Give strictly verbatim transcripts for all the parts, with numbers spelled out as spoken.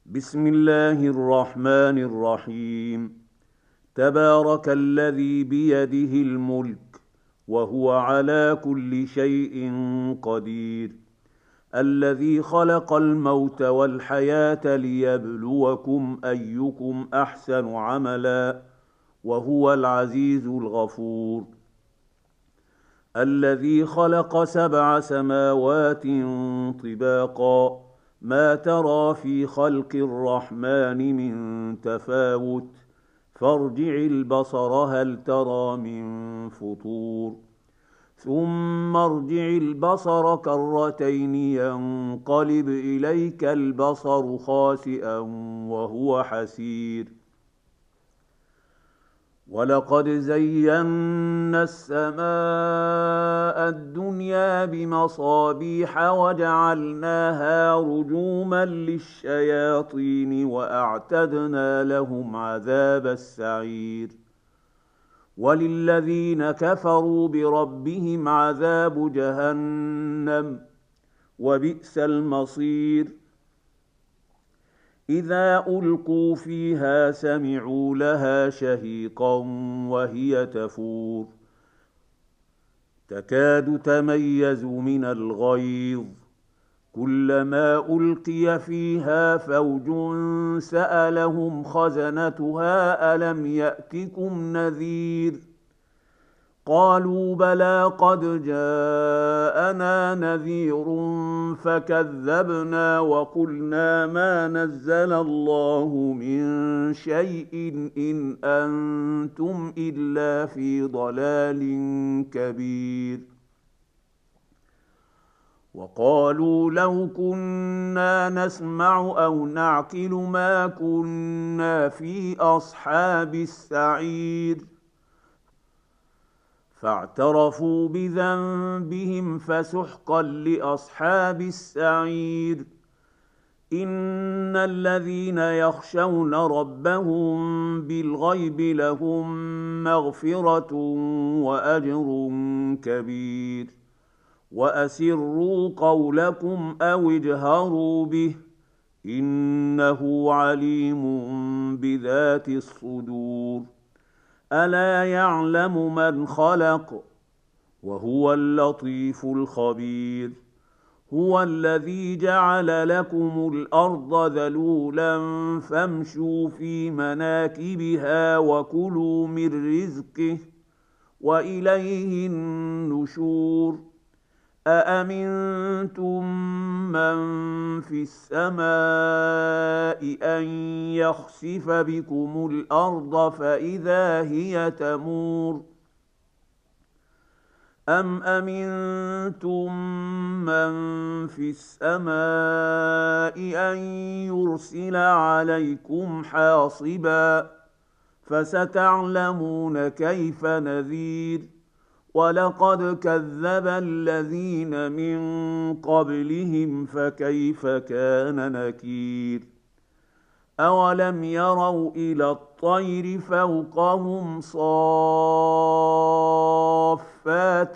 بسم الله الرحمن الرحيم. تبارك الذي بيده الملك وهو على كل شيء قدير، الذي خلق الموت والحياة ليبلوكم أيكم أحسن عملا، وهو العزيز الغفور. الذي خلق سبع سماوات طباقا، ما ترى في خلق الرحمن من تفاوت، فارجع البصر هل ترى من فطور، ثم ارجع البصر كرتين ينقلب إليك البصر خاسئا وهو حسير. ولقد زينا السماء الدنيا بمصابيح وجعلناها رجوما للشياطين وأعتدنا لهم عذاب السعير. وللذين كفروا بربهم عذاب جهنم، وبئس المصير. إذا ألقوا فيها سمعوا لها شهيقا وهي تفور، تكاد تميز من الغيظ، كلما ألقي فيها فوج سألهم خزنتها ألم يأتكم نذير، قالوا بلى قد جاءنا نذير فكذبنا وقلنا ما نزل الله من شيء إن أنتم إلا في ضلال كبير. وقالوا لو كنا نسمع أو نعقل ما كنا في أصحاب السعير، فاعترفوا بذنبهم فسحقا لأصحاب السعير. إن الذين يخشون ربهم بالغيب لهم مغفرة وأجر كبير. وأسروا قولكم أو اجهروا به، إنه عليم بذات الصدور. ألا يعلم من خلق وهو اللطيف الخبير. هو الذي جعل لكم الأرض ذلولا فامشوا في مناكبها وكلوا من رزقه وإليه النشور. أأمنتم من في السماء أن يخسف بكم الأرض فإذا هي تمور، أم أمنتم من في السماء أن يرسل عليكم حاصبا، فستعلمون كيف نذير. ولقد كذب الذين من قبلهم فكيف كان نكير. أولم يروا إلى الطير فوقهم صافات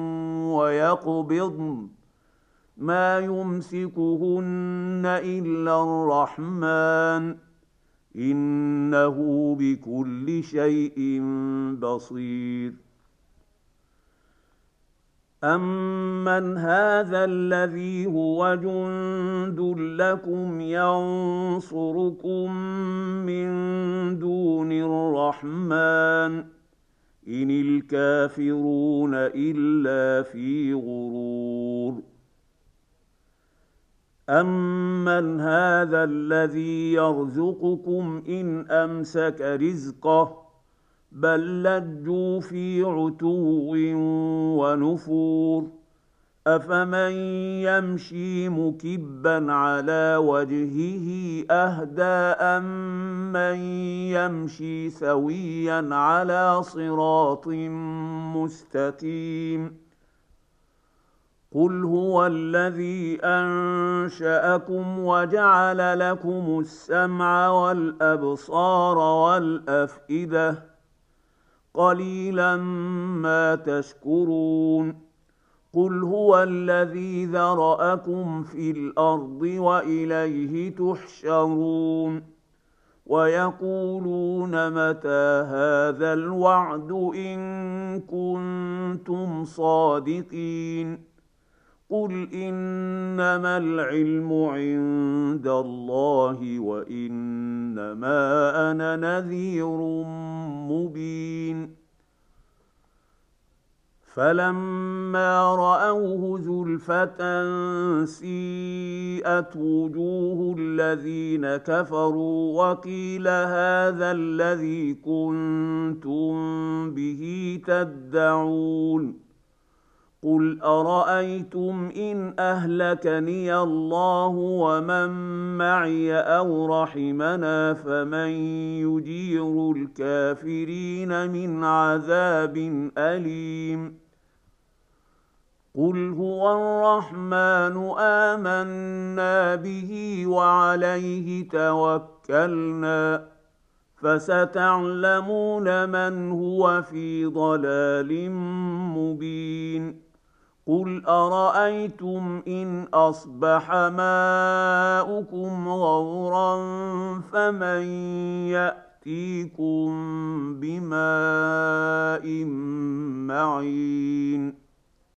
ويقبضن ما يمسكهن إلا الرحمن، إنه بكل شيء بصير. أَمَّنْ هَذَا الَّذِي هُوَ جُندٌ لَّكُمْ يَنصُرُكُم مِّن دُونِ الرَّحْمَٰنِ، إِنِ الْكَافِرُونَ إِلَّا فِي غُرُورٍ. أَمَّنْ هَذَا الَّذِي يَرْزُقُكُمْ إِنْ أَمْسَكَ رِزْقَهُ، بل لجوا في عتو ونفور. أفمن يمشي مكبا على وجهه أهدى أمن يمشي سويا على صراط مستقيم. قل هو الذي أنشأكم وجعل لكم السمع والأبصار والأفئدة، قليلا ما تشكرون. قل هو الذي ذرأكم في الأرض وإليه تحشرون ويقولون متى هذا الوعد إن كنتم صادقين قل إنما العلم عند الله وإنما أنا نذير مبين فلما رأوه زلفة سيئت وجوه الذين كفروا وقيل هذا الذي كنتم به تدعون قل أرأيتم إن أهلكني الله ومن معي أو رحمنا فمن يجير الكافرين من عذاب أليم قل هو الرحمن آمنا به وعليه توكلنا فستعلمون من هو في ضلال مبين قل أرأيتم إن أصبح ماؤكم غورا فمن يأتيكم بماء معين